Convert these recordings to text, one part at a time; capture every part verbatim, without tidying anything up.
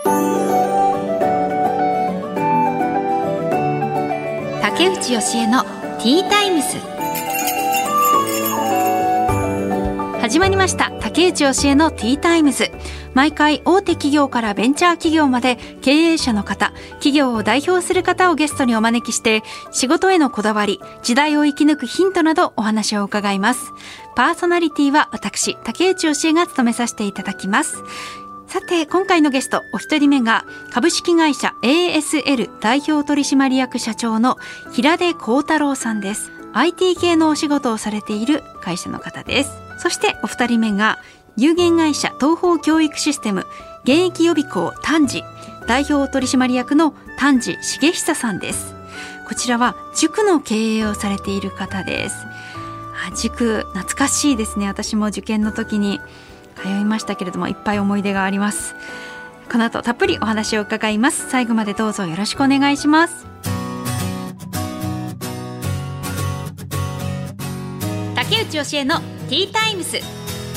竹内義恵のティータイムス。始まりました。竹内義恵のティータイムズ。毎回大手企業からベンチャー企業まで経営者の方、企業を代表する方をゲストにお招きして、仕事へのこだわり、時代を生き抜くヒントなどお話を伺います。パーソナリティは私、竹内義恵が務めさせていただきます。さて、今回のゲストお一人目が株式会社 エーエスエル 代表取締役社長の平出幸太郎さんです。 アイティー 系のお仕事をされている会社の方です。そしてお二人目が有限会社東邦教育システム現役予備校丹治代表取締役の丹治重久さんです。こちらは塾の経営をされている方です。あ、塾懐かしいですね。私も受験の時に通いましたけれども、いっぱい思い出があります。この後たっぷりお話を伺います。最後までどうぞよろしくお願いします。竹内義恵のティータイムス。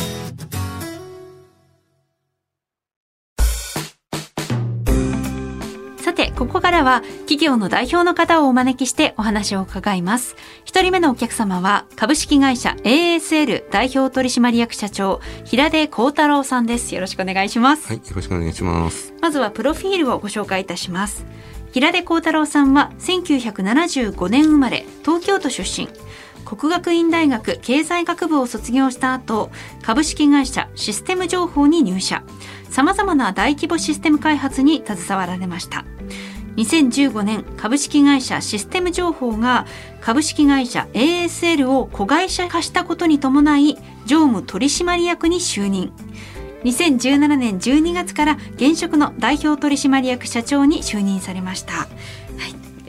さて、ここからは企業の代表の方をお招きしてお話を伺います。一人目のお客様は株式会社 エーエスエル 代表取締役社長平出幸太郎さんです。よろしくお願いします。 はい、よろしくお願いします。 まずはプロフィールをご紹介いたします。平出幸太郎さんはせんきゅうひゃくななじゅうごねん生まれ、東京都出身。国学院大学経済学部を卒業した後、株式会社システム情報に入社。さまざまな大規模システム開発に携わられました。にせんじゅうごねん、株式会社システム情報が株式会社 エーエスエル を子会社化したことに伴い、常務取締役に就任。にせんじゅうななねんじゅうにがつから現職の代表取締役社長に就任されました。はい、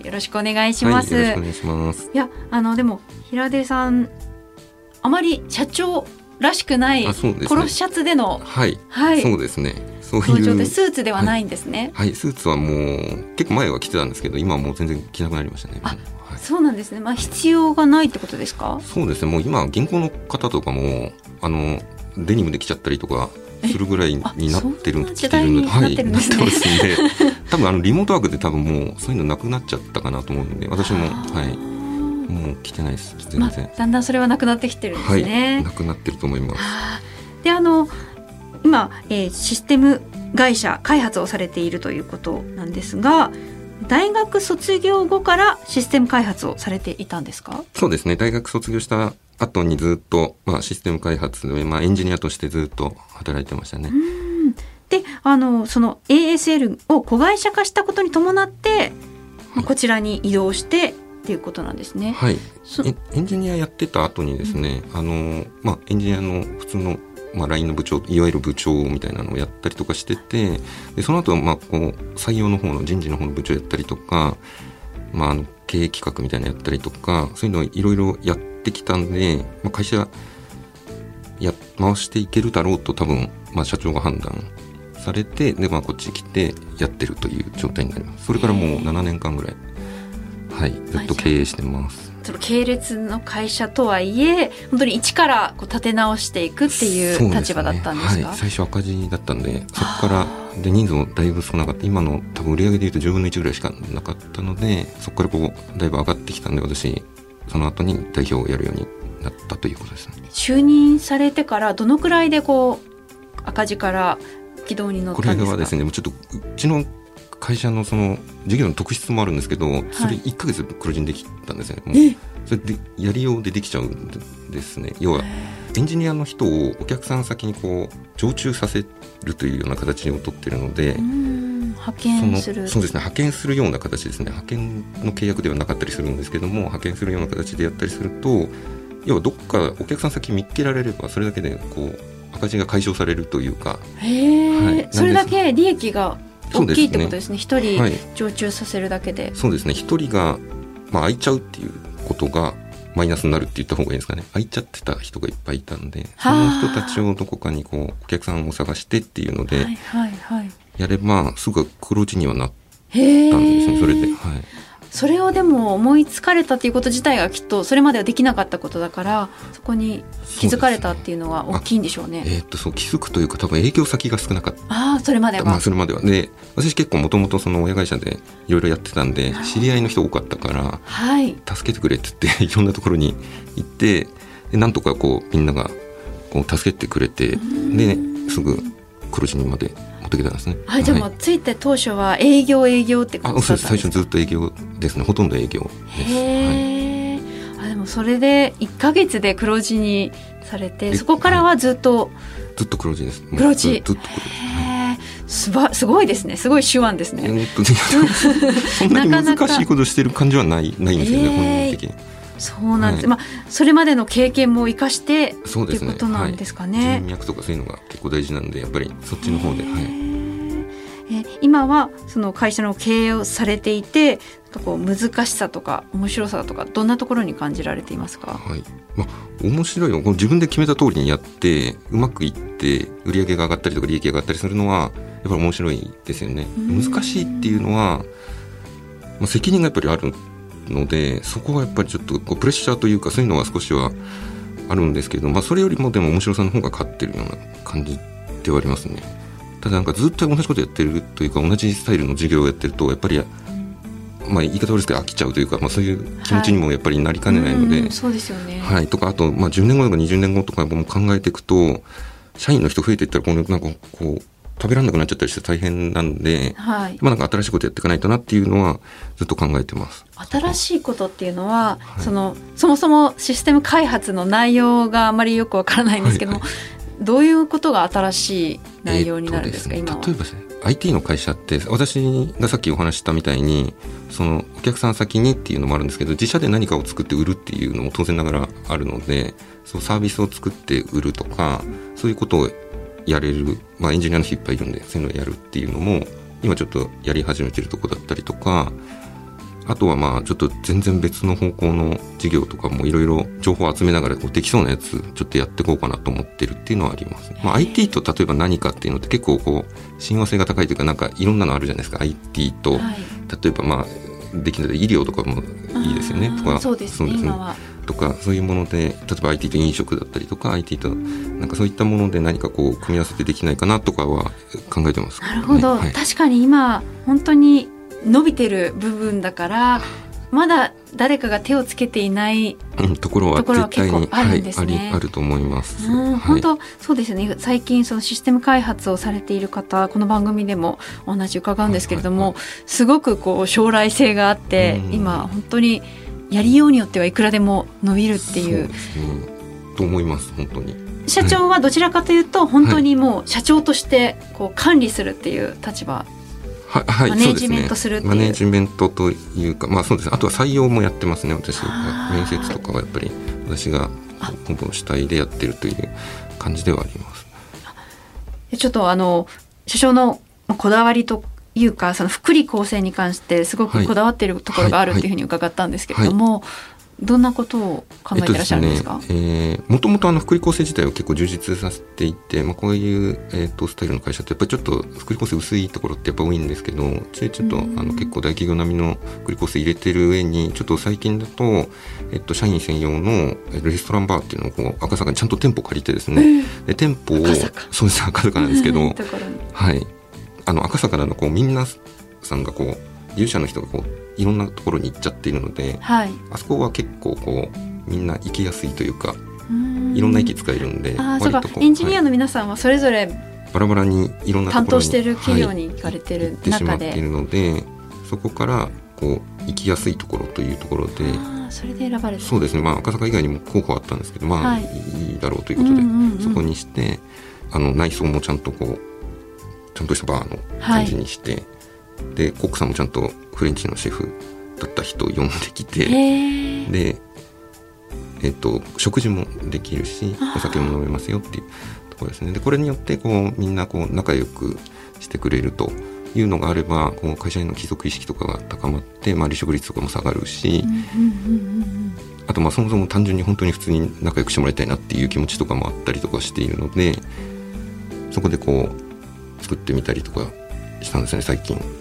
よろしくお願いします。 はい、よろしくお願いします。 いや、あのでも平出さん、あまり社長らしくないポロシャツでの、 はい、はい、そうですね。そういう登場でスーツではないんですね。 はい、はい、スーツはもう結構前は着てたんですけど、今はもう全然着なくなりましたね。 あ、 はい、 そうなんですね。まあ、必要がないってことですか？ そうですね。もう今銀行の方とかもあのデニムで着ちゃったりとかするぐらいになってるんですけど、はい、なってますんで、多分あのリモートワークで多分もうそういうのなくなっちゃったかなと思うんで、私もはい。もう着てないです全然、まあ、 だんだんそれはなくなってきてるんですね。 はい、なくなってると思います。 で、あの今、えー、システム会社開発をされているということなんですが、大学卒業後からシステム開発をされていたんですか？ そうですね。大学卒業した後にずっと、まあ、システム開発で、まあ、エンジニアとしてずっと働いてましたね。 うん、で、あのその エーエスエル を子会社化したことに伴って、まあ、こちらに移動してっていうことなんですね。 はい、エ, エンジニアやってた後にですね、うん、あのまあ、エンジニアの普通の、まあ、ライン の部長、いわゆる部長みたいなのをやったりとかしてて、でその後、まあこう採用の方の人事の方の部長やったりとか、まあ、あの経営企画みたいなのやったりとか、そういうのをいろいろやってきたんで、まあ、会社や回していけるだろうと多分、まあ、社長が判断されて、で、まあ、こっち来てやってるという状態になります。それからもうななねんかんぐらい、はい、ずっと経営してます。 その系列の会社とはいえ、本当に一からこう立て直していくっていう立場だったんですか？ そうですね。はい、最初赤字だったんで、そこからで人数もだいぶ少なかった。今の多分売上でいうとじゅうぶんのいちぐらいしかなかったので、そこからこうだいぶ上がってきたんで、私その後に代表をやるようになったということですね。 就任されてからどのくらいでこう赤字から軌道に乗ったんですか？ これはですね、もうちょっとうちの会社のその事業の特質もあるんですけど、それいっかげつ黒字にできたんですね。もうそれでやりようでできちゃうんですね。要はエンジニアの人をお客さん先にこう常駐させるというような形をとっているので、 うん、派遣する、 そうですね、派遣するような形ですね。派遣の契約ではなかったりするんですけども、派遣するような形でやったりすると、要はどっかお客さん先見つけられれば、それだけでこう赤字が解消されるというか、 へー、はい、それだけ利益が大きいってことですね。一人常駐させるだけで、はい、 そうですね。一人が、まあ、空いちゃうっていうことがマイナスになるって言った方がいいですかね。空いちゃってた人がいっぱいいたんで、その人たちをどこかにこうお客さんを探してっていうので、はいはいはい、やればすぐ黒字にはなったんですね。それで、はい、 それをでも思いつかれたっていうこと自体がきっとそれまではできなかったことだから、そこに気づかれたっていうのは大きいんでしょうね。 えー、っとそう気づくというか多分営業先が少なかった。 ああ、それまでは、 まあ、それまではで私結構もともとその親会社でいろいろやってたんで知り合いの人多かったから、 はい、 助けてくれって言っていろんなところに行ってでなんとかこうみんながこう助けてくれてですぐ黒字にまで持ってきたんですね。 はい、じゃあもうついて当初は営業営業ってことだったんですか？あ、そうです。 最初ずっと営業ですね。ほとんど営業です。 へー、はい、あでもそれでいっかげつで黒字にされて、そこからはずっと、はい、 ずっと黒字です。 黒字。 ずっと黒字。 へー、すばすごいですね。すごい手腕ですね。 えっとそんなに難しいことしてる感じはないないんですよね、本人的に。 そうなんです、はい、まあ、それまでの経験も生かしてそうですね、 っていうことなんですかね。 人脈とかそういうのが結構大事なんでやっぱりそっちの方で、はい、 え今はその会社の経営をされていてこう難しさとか面白さとかどんなところに感じられていますか？ はい、まあ、面白いのは自分で決めた通りにやってうまくいって売り上げが上がったりとか利益が上がったりするのはやっぱり面白いですよね。難しいっていうのは、まあ、責任がやっぱりあるのでそこはやっぱりちょっとこうプレッシャーというかそういうのは少しはあるんですけど、まあ、それよりもでも面白さの方が勝ってるような感じではありますね。ただなんかずっと同じことやってるというか同じスタイルの授業をやってるとやっぱり、まあ、言い方悪いですけど飽きちゃうというか、まあ、そういう気持ちにもやっぱりなりかねないので、 はい、そうですよね、 はい、とかあと、まあ、じゅうねんごとかにじゅうねんごとかも考えていくと社員の人増えていったらこうなんかこう食べられなくなっちゃったりして大変なんで、はい、まあ、なんか新しいことやっていかないとなっていうのはずっと考えてます。 新しいことっていうのは、はい、そのそもそもシステム開発の内容があまりよくわからないんですけども、はいはい、どういうことが新しい内容になるんですか？えーとですね、 今は例えばですね アイティー の会社って私がさっきお話したみたいにそのお客さん先にっていうのもあるんですけど自社で何かを作って売るっていうのも当然ながらあるのでそうサービスを作って売るとかそういうことをやれる、まあ、エンジニアの人いっぱいいるんでそういうのをやるっていうのも今ちょっとやり始めてるところだったりとかあとはまあちょっと全然別の方向の事業とかもいろいろ情報を集めながらこうできそうなやつちょっとやっていこうかなと思ってるっていうのはあります、ね。まあ、アイティー と例えば何かっていうのって結構こう親和性が高いというかなんかいろんなのあるじゃないですか。 アイティー と、はい、例えばまあできない医療とかもいいですよねとかそうですね、そうですね今はとかそういうもので例えば アイティー と飲食だったりとか アイティー となんかそういったもので何かこう組み合わせてできないかなとかは考えてます、ね。 なるほど、はい、確かに今本当に伸びてる部分だからまだ誰かが手をつけていない、 うん、ところは絶対にあるんですね、 はい、ありあると思います、 うん、 はい、 本当そうですね。最近そのシステム開発をされている方この番組でもお話伺うんですけれども、はいはいはい、すごくこう将来性があって今本当にやりようによってはいくらでも伸びるっていう。 そうですね、と思います本当に。 社長はどちらかというと本当にもう社長としてこう管理するっていう立場、 はいはい、 マネージメントするっていう。 マネージメントというか、まあそうですね、あとは採用もやってますね私。面接とかはやっぱり私がほぼ主体でやってるという感じではあります。 ちょっとあの社長のこだわりというかその福利厚生に関してすごくこだわっているところがあるっていうふうに伺ったんですけれども、はいはいはい、どんなことを考えていらっしゃるんですか？ もともと福利厚生自体を結構充実させていて、まあ、こういう、えー、とスタイルの会社ってやっぱりちょっと福利厚生薄いところってやっぱ多いんですけどちょっとあの結構大企業並みの福利厚生入れてる上にちょっと最近だと、えっと、社員専用のレストランバーっていうのをこう赤坂にちゃんと店舗借りてですね、で店舗を赤坂そうです赤坂なんですけどはい、あの赤坂のこうみんなさんがこう利用者の人がこういろんなところに行っちゃっているので、はい、あそこは結構こうみんな行きやすいというかいろんな駅使えるんであ割とこうエンジニアの皆さんはそれぞれ、はい、 バラバラにいろんなところに担当している企業に行かれてる中で、はい、行ってしまっているのでそこからこう行きやすいところというところであそれで選ばれてそうですね、まあ、赤坂以外にも候補あったんですけどまあ、はい、いいだろうということで、うんうんうん、そこにしてあの内装もちゃんとこうちゃんとしたバーの感じにして、はい、でコックさんもちゃんとフレンチのシェフだった人を呼んできてで、えー、と食事もできるしお酒も飲めますよっていうところですね。でこれによってこうみんなこう仲良くしてくれるというのがあればこう会社への帰属意識とかが高まって、まあ、離職率とかも下がるし、うんうんうんうん、あとまあそもそも単純に本当に普通に仲良くしてもらいたいなっていう気持ちとかもあったりとかしているのでそこでこう作ってみたりとかしたんですね最近。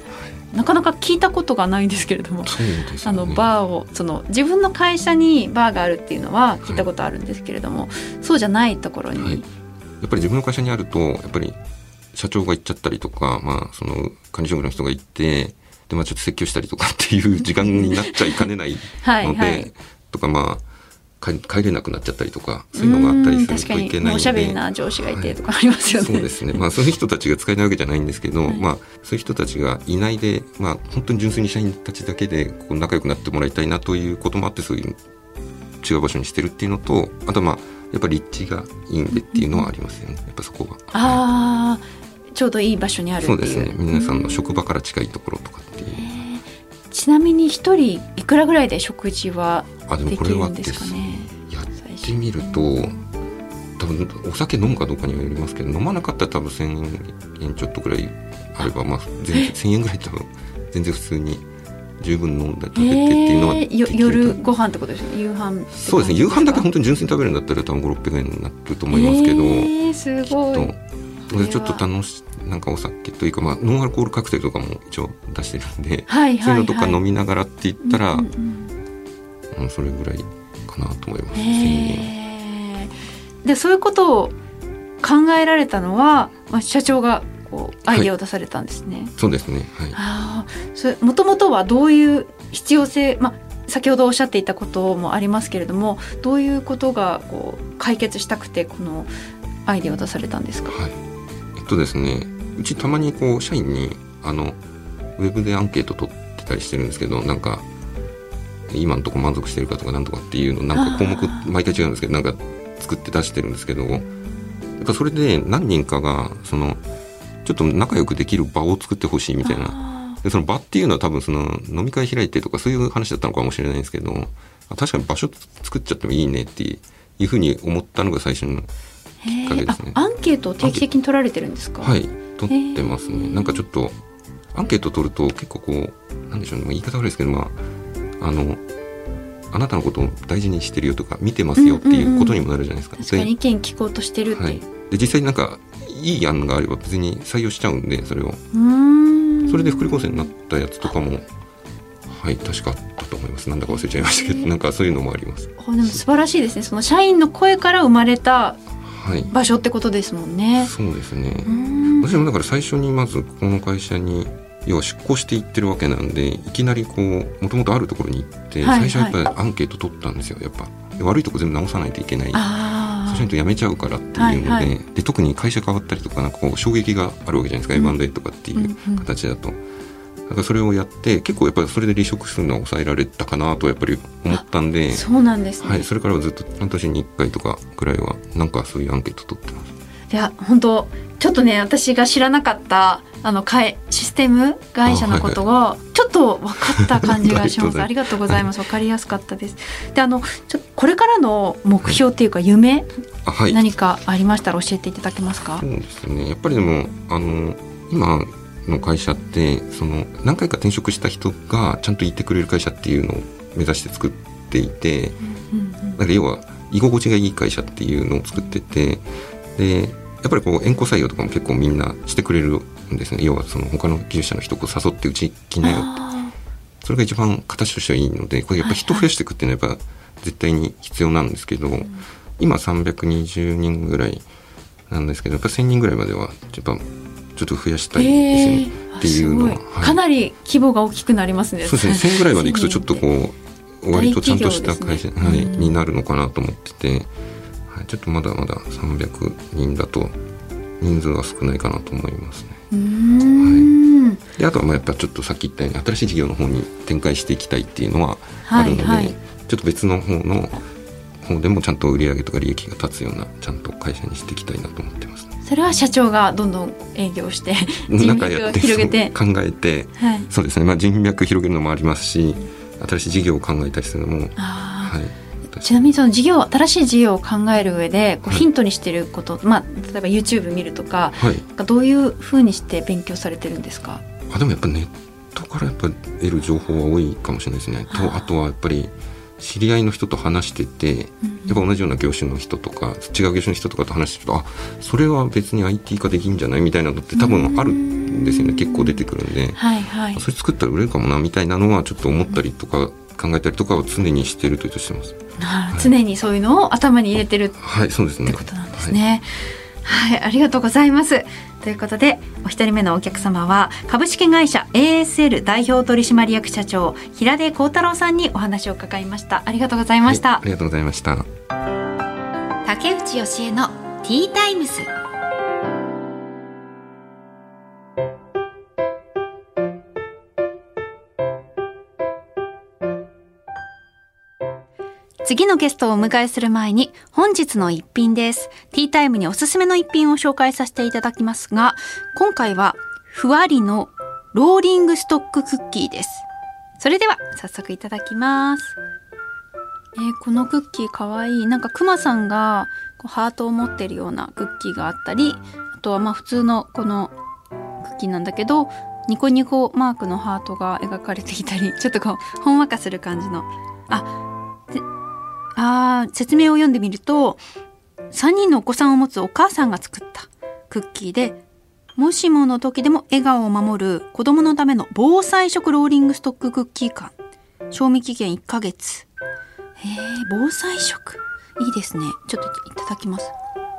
なかなか聞いたことがないんですけれども、 そうですよね、 あのバーをその自分の会社にバーがあるっていうのは聞いたことあるんですけれども、はい、そうじゃないところに、はい、 やっぱり自分の会社にあるとやっぱり社長が行っちゃったりとか、まあ、その管理職の人が行ってで、まあ、ちょっと説教したりとかっていう時間になっちゃいかねないのではい、はい、とかまあ帰, 帰れなくなっちゃったりとかそういうのがあったりするといけないので、確かにおしゃべりな上司がいてとかありますよね、 はい、そうですね、まあ、そういう人たちが使えないわけじゃないんですけど、はい、まあ、そういう人たちがいないで、まあ、本当に純粋に社員たちだけでこう仲良くなってもらいたいなということもあってそういう違う場所にしてるっていうのと、あとまあやっぱり立地がいいんでっていうのはありますよね、やっぱそこは。 あ、はい、ちょうどいい場所にあるっていう。 そうですね、皆さんの職場から近いところとかっていう。 ちなみに一人いくらぐらいで食事はできるんですかね。 やってみると多分お酒飲むかどうかにはよりますけど、飲まなかったら多分せんえんちょっとぐらいあれば、まあ、全然せんえんぐらい多分全然普通に十分飲んで食べてっていうのは、えー、夜ご飯ってことですね。夕飯。 そうですね、夕飯だけ本当に純粋に食べるんだったら多分ごひゃくろっぴゃくえんになると思いますけど、えー、すごい。 ちょっとちょっと楽しなんかお酒というか、まあ、ノンアルコールカクテルとかも一応出してるんで、 はいはいはい、 そういうのとか飲みながらって言ったら、うんうんうん、 それぐらいかなと思います、 えー、でそういうことを考えられたのは、まあ、社長がこうアイデアを出されたんですね、 はい、そうですね、はい、 あもともとはどういう必要性、まあ、先ほどおっしゃっていたこともありますけれども、どういうことがこう解決したくてこのアイデアを出されたんですか。 はい、えっとですね、うちたまにこう社員にあのウェブでアンケート取ってたりしてるんですけど、なんか今のところ満足してるかとかなんとかっていうのなんか項目毎回違うんですけどなんか作って出してるんですけど、やっぱそれで何人かがそのちょっと仲良くできる場を作ってほしいみたいな、でその場っていうのは多分その飲み会開いてとかそういう話だったのかもしれないんですけど、確かに場所作っちゃってもいいねっていうふうに思ったのが最初のきっかけですね。 アンケートを定期的に取られてるんですか。 はい、取ってますね。なんかちょっとアンケート取ると結構こうなんでしょうね、言い方悪いですけど、まああのあなたのことを大事にしてるよとか見てますよっていうことにもなるじゃないですか。 うんうんうん、確かに意見聞こうとしてるっていう、はい、 で実際になんかいい案があれば別に採用しちゃうんで、それをうーんそれで福利厚生になったやつとかもはい確かあったと思います。なんだか忘れちゃいましたけど、なんかそういうのもあります。 でも素晴らしいですね。その社員の声から生まれた場所ってことですもんね。 はい、そうですね。私もだから最初にまずこの会社に要は出向していってるわけなんで、いきなりこうもともとあるところに行って、はいはい、最初はやっぱりアンケート取ったんですよ。やっぱ悪いとこ全部直さないといけない、そうしないと辞めちゃうからっていうので、はいはい、で特に会社変わったりとかなんかこう衝撃があるわけじゃないですか、うん、エムアンドエー とかっていう形だと、うんうん、だからそれをやって結構やっぱりそれで離職するのは抑えられたかなとやっぱり思ったんで、 そうなんですね。 はい、それからはずっと半年にいっかいとかくらいはなんかそういうアンケート取ってます。 いや本当ちょっとね、私が知らなかったあのシステム会社のことがちょっと分かった感じがします。ありがとうございます。分かりやすかったです。であのちょこれからの目標っていうか夢、はい、何かありましたら教えていただけますか。 そうですね、やっぱりでもあの今の会社ってその何回か転職した人がちゃんといてくれる会社っていうのを目指して作っていて、うんうんうん、だから要は居心地がいい会社っていうのを作ってて、でやっぱりこう縁故採用とかも結構みんなしてくれるんですね。要はその他の技術者の人を誘ってうち来なよって、それが一番形としてはいいので、これやっぱ人増やしていくっていうのはやっぱ絶対に必要なんですけど、はいはい、今さんびゃくにじゅうにんぐらいなんですけど、やっぱせんにんぐらいまではやっぱちょっと増やしたいですよね、えー、っていうのは、はい、 かなり規模が大きくなりますね。 そうですね、せんぐらいまでいくとちょっとこう割とちゃんとした会社、ね、はい、になるのかなと思ってて、ちょっとまだまださんびゃくにんだと人数は少ないかなと思いますね。 うーん、 はい、であとはまあやっぱちょっとさっき言ったように新しい事業の方に展開していきたいっていうのはあるので、はいはい、ちょっと別の方の方でもちゃんと売上とか利益が立つようなちゃんと会社にしていきたいなと思ってます、ね。 それは社長がどんどん営業して人脈を広げて考えて、はい、そうですね、まあ、人脈広げるのもありますし、新しい事業を考えたりするのも、はい、 ちなみにその事業新しい事業を考える上でこうヒントにしていること、はい、まあ、例えば YouTube 見るとか、はい、どういうふうにして勉強されてるんですか。 あでもやっぱネットからやっぱ得る情報は多いかもしれないですね。とあとはやっぱり知り合いの人と話してて、うん、やっぱ同じような業種の人とか違う業種の人とかと話してると、あそれは別に アイティー 化できんじゃないみたいなのって多分あるんですよね。結構出てくるんで、 はいはい、 それ作ったら売れるかもなみたいなのはちょっと思ったりとか考えたりとかは常にしてるとしてます。 はい、常にそういうのを頭に入れてる、 はい、そうですね、 ってことなんですね。はい、はい、ありがとうございます。ということでお一人目のお客様は株式会社 エーエスエル 代表取締役社長平出幸太郎さんにお話を伺いました。ありがとうございました。 はい、ありがとうございました。 竹内義恵のティータイムズ。次のゲストをお迎えする前に本日の一品です。ティータイムにおすすめの一品を紹介させていただきますが、今回はふわりのローリングストッククッキーです。それでは早速いただきます。えー、このクッキーかわいい。なんかクマさんがこうハートを持ってるようなクッキーがあったり、あとはまあ普通のこのクッキーなんだけどニコニコマークのハートが描かれていたり、ちょっとこうほんわかする感じの、ああ説明を読んでみると、さんにんのお子さんを持つお母さんが作ったクッキーで、もしもの時でも笑顔を守る子供のための防災食ローリングストッククッキー缶、賞味期限いっかげつ。へえ、防災食いいですね。ちょっといただきます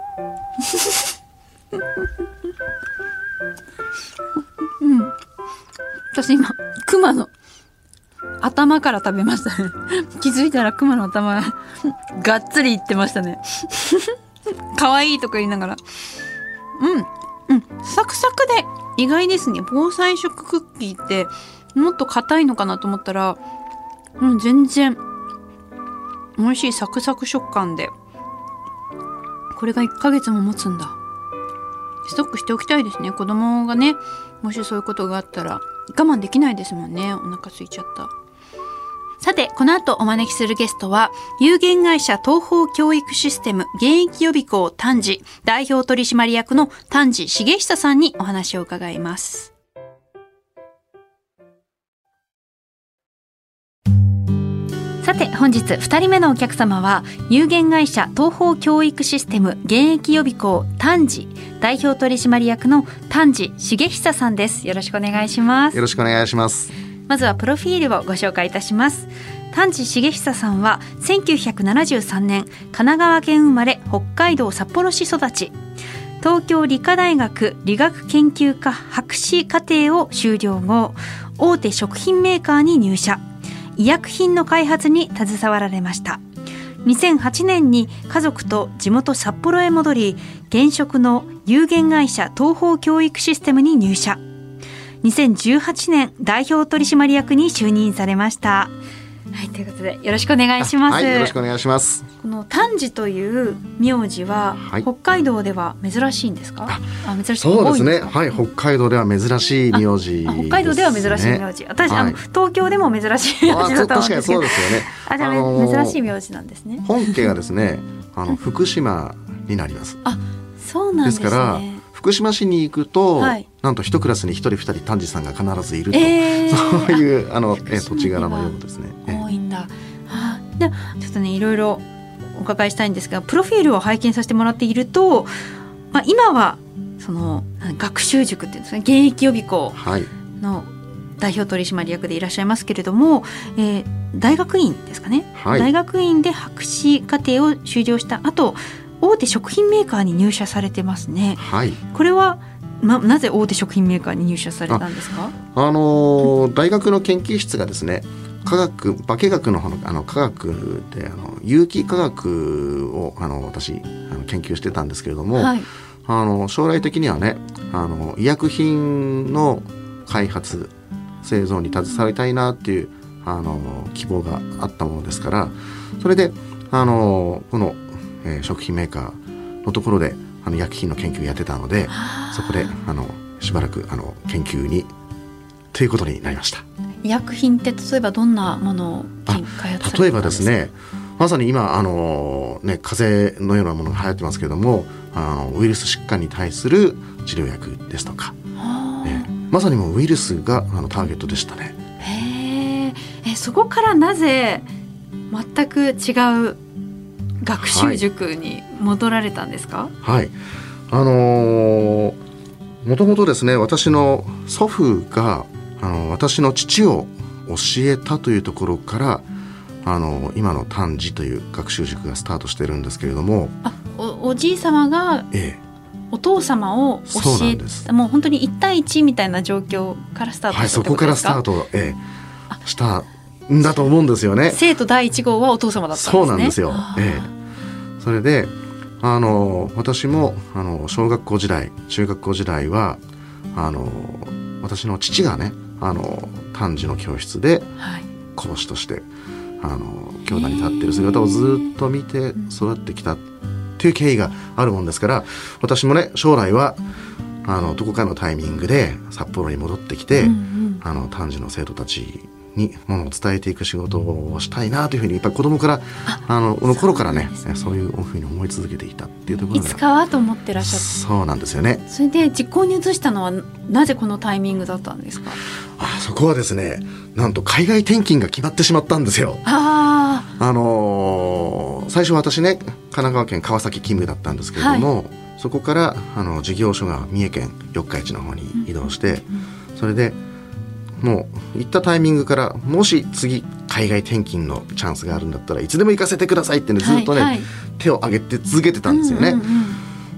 うん、私今クマの頭から食べましたね気づいたらクマの頭ががっつりいってましたね可愛いとか言いながら、うんうんサクサクで意外ですね。防災食クッキーってもっと硬いのかなと思ったら、うん、全然美味しいサクサク食感で、これがいっかげつも持つんだ。ストックしておきたいですね。子供がね、もしそういうことがあったら我慢できないですもんね。お腹空いちゃった。さて、この後お招きするゲストは有限会社東方教育システム現役予備校丹治代表取締役の丹治重久さんにお話を伺います。さて、本日ふたりめのお客様は有限会社東方教育システム現役予備校丹治代表取締役の丹治重久さんです。よろしくお願いします。 よろしくお願いします。 まずはプロフィールをご紹介いたします。丹治重久さんはせんきゅうひゃくななじゅうさんねん神奈川県生まれ、北海道札幌市育ち、東京理科大学理学研究科博士課程を修了後、大手食品メーカーに入社、医薬品の開発に携わられました。にせんはちねんに家族と地元札幌へ戻り、現職の有限会社東方教育システムに入社。にせんじゅうはちねん代表取締役に就任されました。はい、ということでよろしくお願いします。 はい、よろしくお願いします。 この丹治という名字は、はい、北海道では珍しいんですか？あ、珍しい。 そうですね。はい、北海道では珍しい名字ですね。北海道では珍しい名字。私、はい、あの東京でも珍しい名字だったんですけど。確かにそうですよね。あ、じゃあ、あのー、珍しい名字なんですね。 本家がですね、あの福島になります。 あ、そうなんですね。 ですから福島市に行くと、はい、なんと一クラスに一人二人丹治さんが必ずいると、えー、そういうあのえ土地柄のようですね。 多いんだ。あ、でちょっとね、いろいろお伺いしたいんですが、プロフィールを拝見させてもらっていると、まあ、今はその学習塾っていうんですかね、現役予備校の代表取締役でいらっしゃいますけれども、えー、大学院ですかね、はい、大学院で博士課程を修了した後、大手食品メーカーに入社されてますね。はい、これはな, なぜ大手食品メーカーに入社されたんですか？ あ、あのー、大学の研究室がですね、科学化学 の, あの科学であの有機化学をあの私あの研究してたんですけれども、はい、あの将来的にはね、あの医薬品の開発製造に携わりたいなっていうあの希望があったものですから、それであのこのえー、食品メーカーのところであの薬品の研究をやってたので、そこであのしばらくあの研究にということになりました。 医薬品って例えばどんなものを開発されてたんですか？ 例えばですね、まさに今あの、ね、風邪のようなものが流行ってますけれども、あのウイルス疾患に対する治療薬ですとか、ね、まさにもうウイルスがあのターゲットでしたね。 へえ、そこからなぜ全く違う学習塾に戻られたんですか？ はい、はい、あのー、 もともとですね、私の祖父があの私の父を教えたというところからあの今の丹治という学習塾がスタートしてるんですけれども、 あ お, おじい様がお父様を教えた、もう本当にいち対いちみたいな状況からスタートしたってことですか？はい、 そこからスタート、ええ、したんだと思うんですよね。 生徒だいいち号はお父様だったんですね。 そうなんですよ、ええ、それであの私もあの小学校時代中学校時代はあの私の父がねあの丹治の教室で講師として、はい、あの教壇に立っている姿をずっと見て育ってきたっていう経緯があるもんですから、私もね将来はあのどこかのタイミングで札幌に戻ってきて、うんうん、あの丹治の生徒たちにものを伝えていく仕事をしたいなというふうにやっぱり子供からあのこの頃からねそう、そういうふうに思い続けていたっていうところがいつかはと思ってらっしゃった。 そうなんですよね。 それで実行に移したのはなぜこのタイミングだったんですか？ あそこはですね、なんと海外転勤が決まってしまったんですよ。 あ、 あのー、最初私ね神奈川県川崎勤務だったんですけれども、はい、そこからあの事業所が三重県四日市の方に移動して、うんうんうん、それでもう行ったタイミングからもし次海外転勤のチャンスがあるんだったらいつでも行かせてくださいって、ね、ずっとね、はいはい、手を挙げて続けてたんですよね、うんうんうん、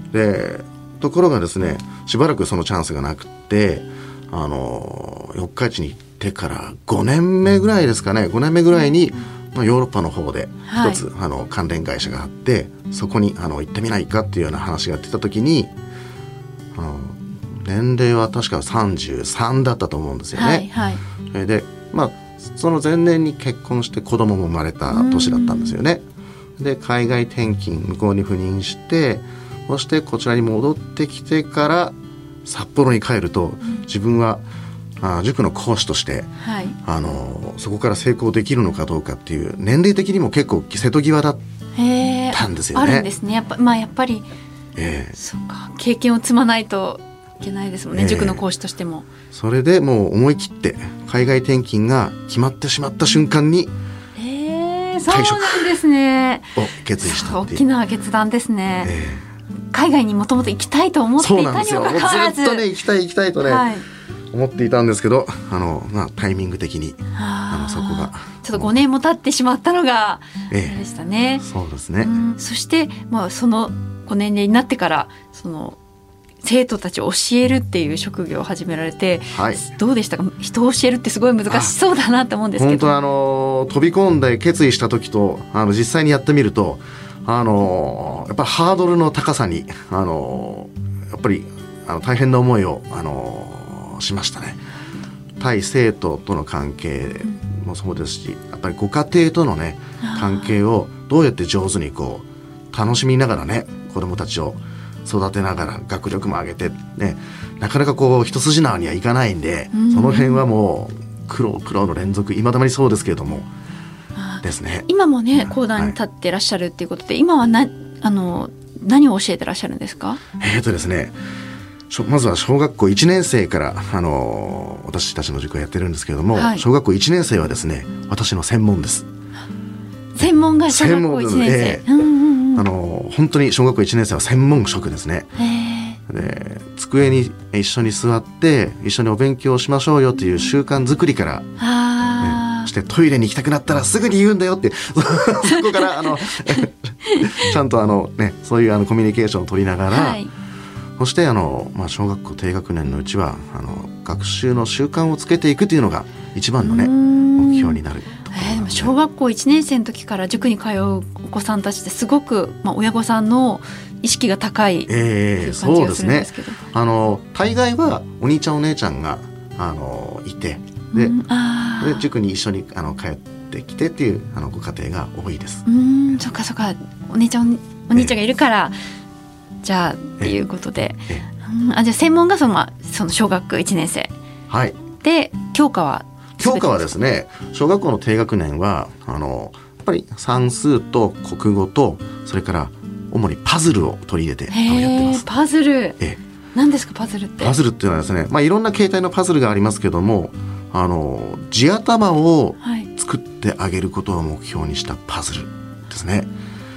でところがですねしばらくそのチャンスがなくってあの四日市に行ってからごねんめぐらいですかねごねんめぐらいに、まあ、ヨーロッパの方で一つ、はい、あの関連会社があってそこにあの行ってみないかっていうような話が出た時にあの年齢は確かさんじゅうさんだったと思うんですよね、はいはい、それでまあその前年に結婚して子供も生まれた年だったんですよね。で海外転勤向こうに赴任してそしてこちらに戻ってきてから札幌に帰ると、うん、自分はあ塾の講師として、はい、あのそこから成功できるのかどうかっていう年齢的にも結構瀬戸際だったんですよね。 あるんですね。やっぱ、まあ、やっぱり、えー、そうか経験を積まないといけないですもんね、えー、塾の講師としても。 それでもう思い切って海外転勤が決まってしまった瞬間に退職を決意したっていう大きな決断ですね、えー、海外にもともと行きたいと思っていたにもかかわらずずっとね行きたい行きたいとね、はい、思っていたんですけどあの、まあ、タイミング的にあのそこがちょっとごねんも経ってしまったのがあれでしたね、 えー、そうですね、 うん、そして、まあ、そのごねん齢になってからその生徒たちを教えるっていう職業を始められて、はい、どうでしたか？人を教えるってすごい難しそうだなと思うんですけど。 本当あの飛び込んで決意した時とあの実際にやってみるとあのやっぱりハードルの高さにあのやっぱりあの大変な思いをあのしましたね。対生徒との関係もそうですしやっぱりご家庭とのね関係をどうやって上手にこう楽しみながらね子どもたちを育てながら学力も上げて、ね、なかなかこう一筋縄にはいかないんで、うん、その辺はもう苦労苦労の連続いまだにそうですけれどもですね。 今もね講談に立ってらっしゃるっていうことで、はい、今はなあの何を教えてらっしゃるんですか？ えーとですねまずは小学校いちねん生からあの私たちの塾をやってるんですけれども、はい、小学校いちねん生はですね私の専門です。 専門が小学校いちねん生、えーうんうんうん、 あの本当に小学校いちねん生は専門職ですね。で机に一緒に座って一緒にお勉強しましょうよという習慣づくりから、ね、そしてトイレに行きたくなったらすぐに言うんだよってそこからあのちゃんとあの、ね、そういうあのコミュニケーションを取りながら、はい、そしてあの、まあ、小学校低学年のうちはあの学習の習慣をつけていくというのが一番のね目標になる。 えー、でも小学校いちねん生の時から塾に通うお子さんたちってすごく、まあ、親御さんの意識が高いっていう感じがするんですけど、えー、そうですね。あの大概はお兄ちゃんお姉ちゃんがあのいて で,、うん、あで塾に一緒にあの通ってきてっていうあのご家庭が多いです。 うーんそっかそっかお姉ちゃんお兄ちゃんがいるから、えー、じゃあっていうことで、えーうん、あじゃあ専門がその、その小学いちねん生、 はい、 で教科は教科はですね小学校の低学年はあのやっぱり算数と国語とそれから主にパズルを取り入れてやってます。 パズル、え何ですかパズルって？ パズルっていうのはですね、まあ、いろんな形態のパズルがありますけどもあの地頭を作ってあげることを目標にしたパズルですね、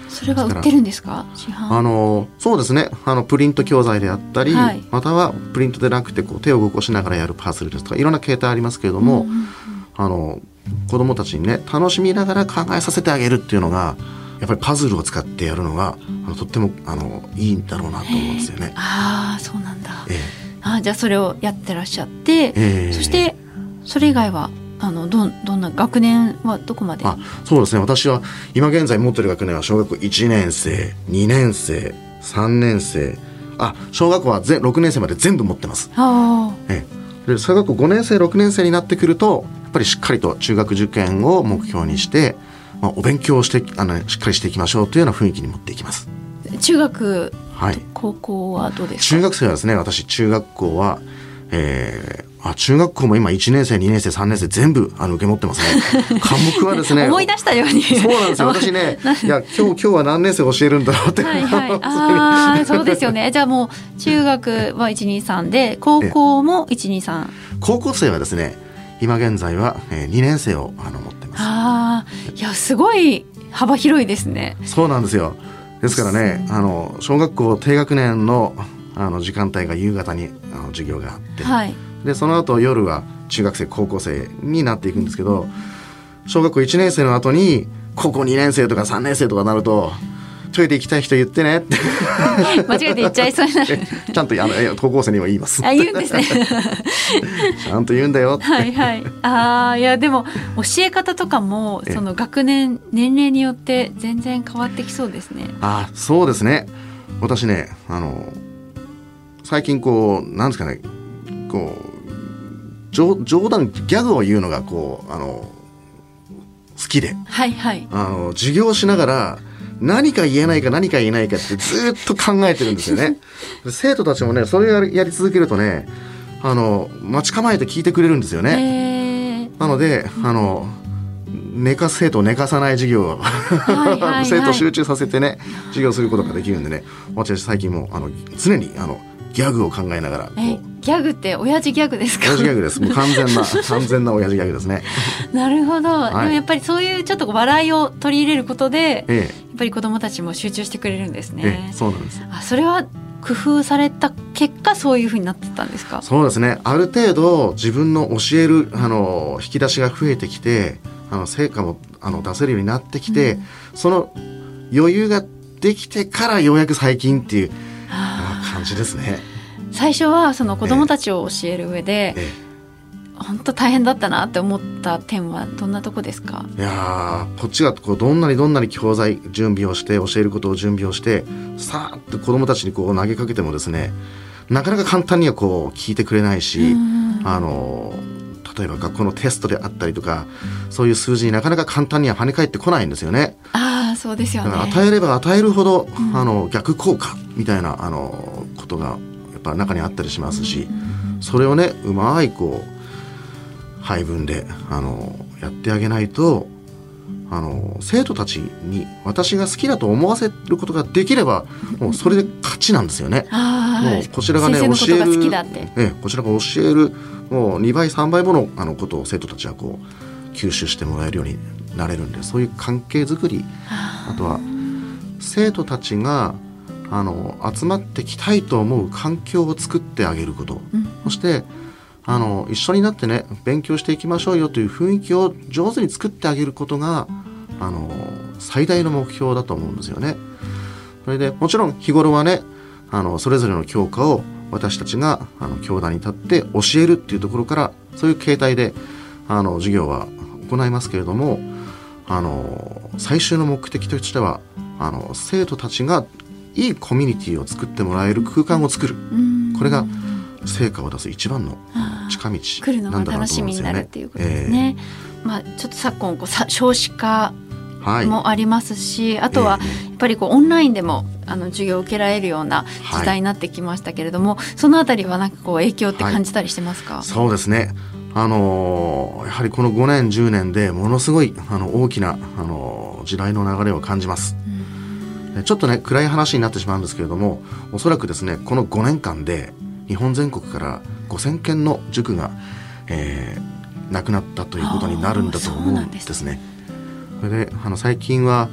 それが売ってるんですか？市販。 あのそうですね、あのプリント教材であったり、はい、またはプリントでなくてこう手を動かしながらやるパズルですとかいろんな形態ありますけれども、うんうんうん、あの子どもたちにね楽しみながら考えさせてあげるっていうのがやっぱりパズルを使ってやるのがあのとってもあのいいんだろうなと思うんですよね。 ああそうなんだ、 ええ、 あじゃあそれをやってらっしゃって、えー、そしてそれ以外はあの ど, どんな学年はどこまで？ あそうですね、私は今現在持ってる学年は小学校いちねんせいにねんせいさんねんせいあ小学校はろくねんせいまで全部持ってます。 あ、 ええ、で小学校ごねんせいろくねんせいになってくるとやっぱりしっかりと中学受験を目標にして、まあ、お勉強をしてあのしっかりしていきましょうというような雰囲気に持っていきます。 中学、 はい、 高校はどうですか？ 中学生はですね、私中学校は、えー、あ中学校も今いちねんせいにねんせいさんねんせい全部あの受け持ってますね。科目はですね思い出したようにそうなんですよ。私ねいや今日今日は何年生教えるんだろうってはい、はい、あそうですよね。じゃあもう中学はいちにさんで高校もいちにさん。 高校生はですね今現在はにねんせいをあの持ってます。 あいやすごい幅広いですね。 そうなんですよ。ですからねあの小学校低学年のあの時間帯が夕方にあの授業があって、はい、でその後夜は中学生高校生になっていくんですけど、小学校いちねんせいの後に高校にねんせいとかさんねんせいとかなるとトイレ行きたい人言ってねって間違えて言っちゃいそうになるちゃんとあの高校生にも言います。 あ言うんですねちゃんと言うんだよってはい、はい、あいやでも教え方とかもその学年年齢によって全然変わってきそうですね。 あそうですね。私ねあの最近こうなんですかねこう冗談ギャグを言うのがこうあの好きで、 はいはい、 あの授業しながら何か言えないか何か言えないかってずっと考えてるんですよね。生徒たちもねそれをやり、やり続けるとねあの待ち構えて聞いてくれるんですよね。なのであの寝かす生徒を寝かさない授業を、はいはいはい、生徒を集中させてね授業することができるんでね、私最近もあの常にあのギャグを考えながらえギャグって親父ギャグですか？ 親父ギャグです。もう完全な完全な親父ギャグですね。 なるほど、はい、でもやっぱりそういうちょっと笑いを取り入れることで、ええ、やっぱり子どもたちも集中してくれるんですね。 ええ、そうなんです。 あそれは工夫された結果そういうふうになってたんですか？ そうですね。ある程度自分の教えるあの引き出しが増えてきてあの成果もあの出せるようになってきて、うん、その余裕ができてからようやく最近っていう感じですね。 最初はその子どもたちを教える上で、ええええ、本当大変だったなって思った点はどんなとこですか？ いやこっちがこうどんなにどんなに教材準備をして教えることを準備をしてさーっと子どもたちにこう投げかけてもですねなかなか簡単にはこう聞いてくれないし、あの例えば学校のテストであったりとかそういう数字になかなか簡単には跳ね返ってこないんですよね。 あそうですよね。 だから与えれば与えるほど、うん、あの逆効果みたいなあのことがやっぱ中にあったりしますし、それをねうまいこう配分であのやってあげないとあの生徒たちに私が好きだと思わせることができればもうそれで勝ちなんですよね。もうこちらがね教えるえこちらが教えるもうにばいさんばいものあのことを生徒たちはこう吸収してもらえるようになれるんで、そういう関係づくり、あとは生徒たちがあの集まってきたいと思う環境を作ってあげること、うん、そしてあの一緒になってね勉強していきましょうよという雰囲気を上手に作ってあげることがあの最大の目標だと思うんですよね。それでもちろん日頃はねあのそれぞれの教科を私たちがあの教壇に立って教えるっていうところからそういう形態であの授業は行いますけれども、あの最終の目的としてはあの生徒たちがいいコミュニティを作ってもらえる空間を作る、これが成果を出す一番の近道なんだなと思うんですよね。来るのが楽しみになるっていうことですね。えーまあ、ちょっと昨今こうさ少子化もありますし、はい、あとはやっぱりこうオンラインでもあの授業を受けられるような時代になってきましたけれども、はい、そのあたりはなんかこう影響って感じたりしてますか？はい、そうですね、あのー、やはりこのごねんじゅうねんでものすごいあの大きな、あのー、時代の流れを感じます。うん、ちょっとね暗い話になってしまうんですけれども、おそらくですねこのごねんかんで日本全国からごせんけんの塾が、えー、なくなったということになるんだと思うんですね。それであの最近は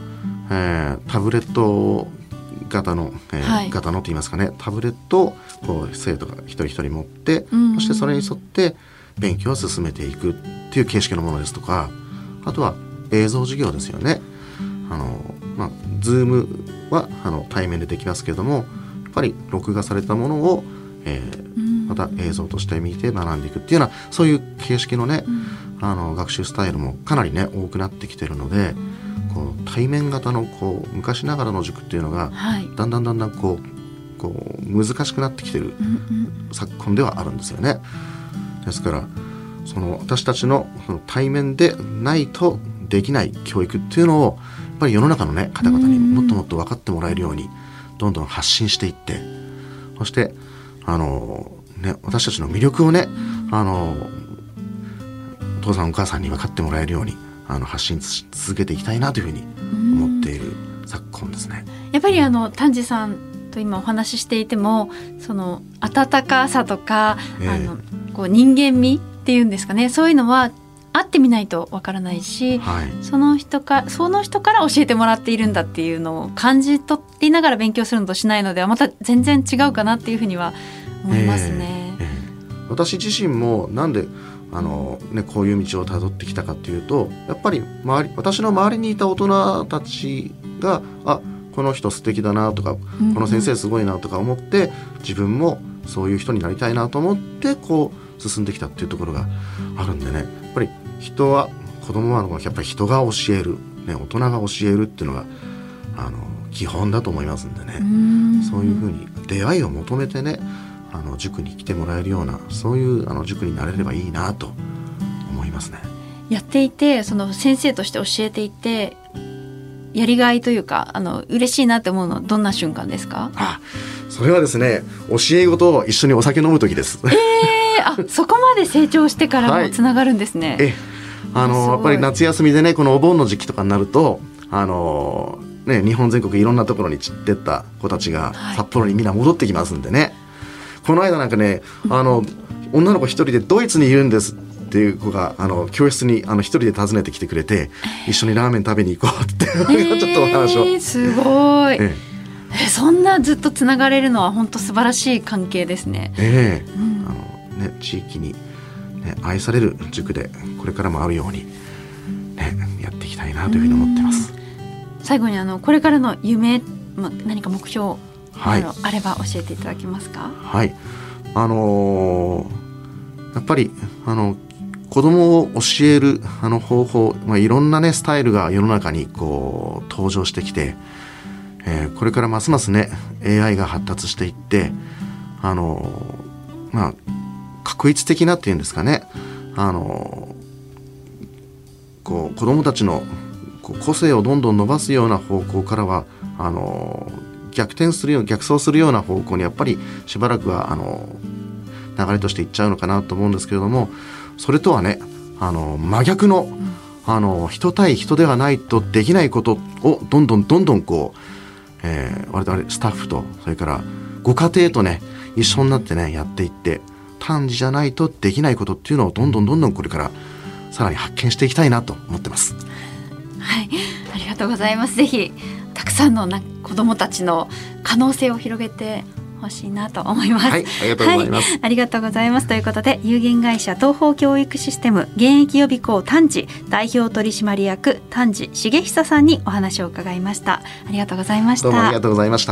えー、タブレット型の、えーはい、型のといいますかね、タブレットをこう生徒が一人一人持って、うん、そしてそれに沿って勉強を進めていくっていう形式のものですとか、あとは映像授業ですよね。あの、まあ、Zoom はあの対面でできますけれども、やっぱり録画されたものを、えー、また映像として見て学んでいくっていうような、そういう形式のね、うん、あの学習スタイルもかなりね多くなってきてるので、こう対面型のこう昔ながらの塾っていうのが、はい、だんだんだんだんこう、こう難しくなってきてる昨今ではあるんですよね。ですからその私たちのその対面でないとできない教育っていうのをやっぱり世の中のね方々にもっともっと分かってもらえるようにどんどん発信していって、そしてあの、ね、私たちの魅力をね、あのお父さんお母さんに分かってもらえるようにあの発信し続けていきたいなというふうに思っている昨今ですね。 やっぱりあの丹治さんと今お話ししていても、その温かさとか、えー、あのこう人間味っていうんですかね、そういうのは会ってみないとわからないし、はい、その人かその人から教えてもらっているんだっていうのを感じ取りながら勉強するのとしないのではまた全然違うかなっていうふうには思いますね。 えーえー、私自身もなんであの、ね、こういう道をたどってきたかっていうと、やっぱり周り私の周りにいた大人たちがあこの人素敵だなとか、うんうん、この先生すごいなとか思って自分もそういう人になりたいなと思ってこう進んできたっていうところがあるんでね、やっぱり人は子供はやっぱり人が教える、ね、大人が教えるっていうのがあの基本だと思いますんでね、うんそういうふうに出会いを求めてねあの塾に来てもらえるようなそういうあの塾になれればいいなと思いますね。 やっていてその先生として教えていてやりがいというかあの嬉しいなって思うのはどんな瞬間ですか？ あそれはですね教え子と一緒にお酒飲む時です。 えー、あそこまで成長してからもつながるんですね。はい、えあのやっぱり夏休みでねこのお盆の時期とかになるとあの、ね、日本全国いろんなところに散ってった子たちが札幌にみんな戻ってきますんでね、はい、この間なんかねあの女の子一人でドイツにいるんですっていう子があの教室にあの一人で訪ねてきてくれて一緒にラーメン食べに行こうって、えー、ちょっとお話を、 すごい、えーえそんなずっとつながれるのは本当素晴らしい関係ですね。 えーうんあのね、地域に、ね、愛される塾でこれからもあるように、ね、やっていきたいなというふうに思ってます。 最後にあのこれからの夢、ま、何か目標などあれば教えていただけますか？ はい、あのー、やっぱりあの子供を教えるあの方法、まあ、いろんな、ね、スタイルが世の中にこう登場してきて、えー、これからますますね エーアイ が発達していってあのー、まあ画一的なっていうんですかねあのー、こう子どもたちのこう個性をどんどん伸ばすような方向からはあのー、逆転するよう逆走するような方向にやっぱりしばらくはあのー、流れとしていっちゃうのかなと思うんですけれども、それとはねあのー、真逆の、あのー、人対人ではないとできないことをどんどんどんどんこうえー、我々スタッフとそれからご家庭とね一緒になってねやっていって単時じゃないとできないことっていうのをどんどんどんどんこれからさらに発見していきたいなと思ってます。 はい、ありがとうございます。ぜひたくさんのな子どもたちの可能性を広げてほしいなと思います。 はい、ありがとうございます。はい、 ありがとうございます。ということで有限会社東邦教育システム現役予備校丹治代表取締役丹治重久さんにお話を伺いました。ありがとうございました。 どうもありがとうございました。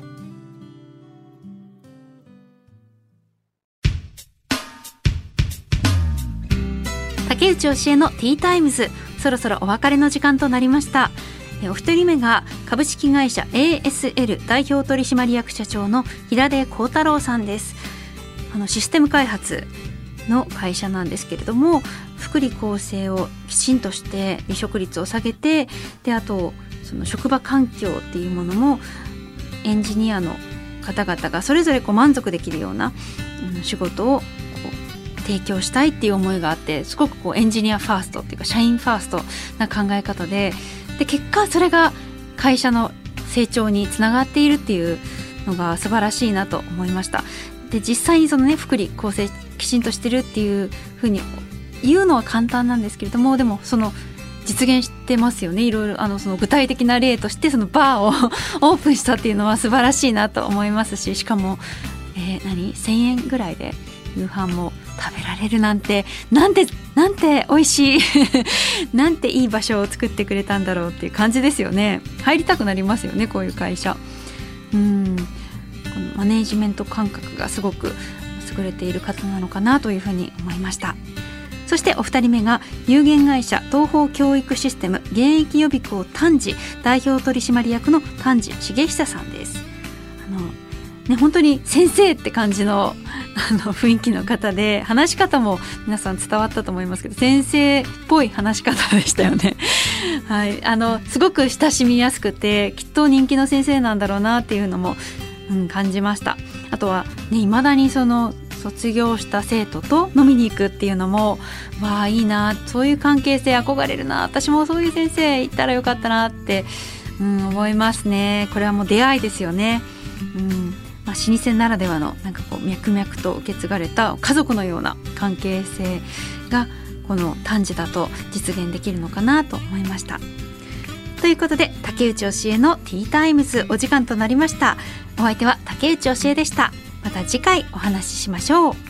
竹内教えのティータイムズ、そろそろお別れの時間となりました。お一人目が株式会社 エーエスエル 代表取締役社長の平出幸太郎さんです。あのシステム開発の会社なんですけれども、福利厚生をきちんとして離職率を下げて、であとその職場環境っていうものもエンジニアの方々がそれぞれこう満足できるような、うん、仕事をこう提供したいっていう思いがあって、すごくこうエンジニアファーストっていうか社員ファーストな考え方で、で結果それが会社の成長につながっているっていうのが素晴らしいなと思いました。で実際にそのね福利厚生きちんとしてるっていうふうに言うのは簡単なんですけれども、でもその実現してますよね。いろいろあのその具体的な例としてそのバーをオープンしたっていうのは素晴らしいなと思いますし、しかも、えー、何せんえんぐらいで夕飯も食べられるなんてなんてなんて美味しいなんていい場所を作ってくれたんだろうっていう感じですよね。入りたくなりますよね、こういう会社。うんこのマネージメント感覚がすごく優れている方なのかなというふうに思いました。そしてお二人目が有限会社東邦教育システム現役予備校丹治代表取締役の丹治重久さんです。あの、ね、本当に先生って感じの、あの雰囲気の方で、話し方も皆さん伝わったと思いますけど先生っぽい話し方でしたよねはい、あのすごく親しみやすくてきっと人気の先生なんだろうなっていうのも、うん、感じました。あとはね、未だにその卒業した生徒と飲みに行くっていうのもわあいいな、そういう関係性憧れるな、私もそういう先生いたらよかったなって、うん、思いますね。これはもう出会いですよね。うんまあ、老舗ならではのなんかこう脈々と受け継がれた家族のような関係性がこの丹治だと実現できるのかなと思いました。ということで竹内教えのティータイムズお時間となりました。お相手は竹内教えでした。また次回お話ししましょう。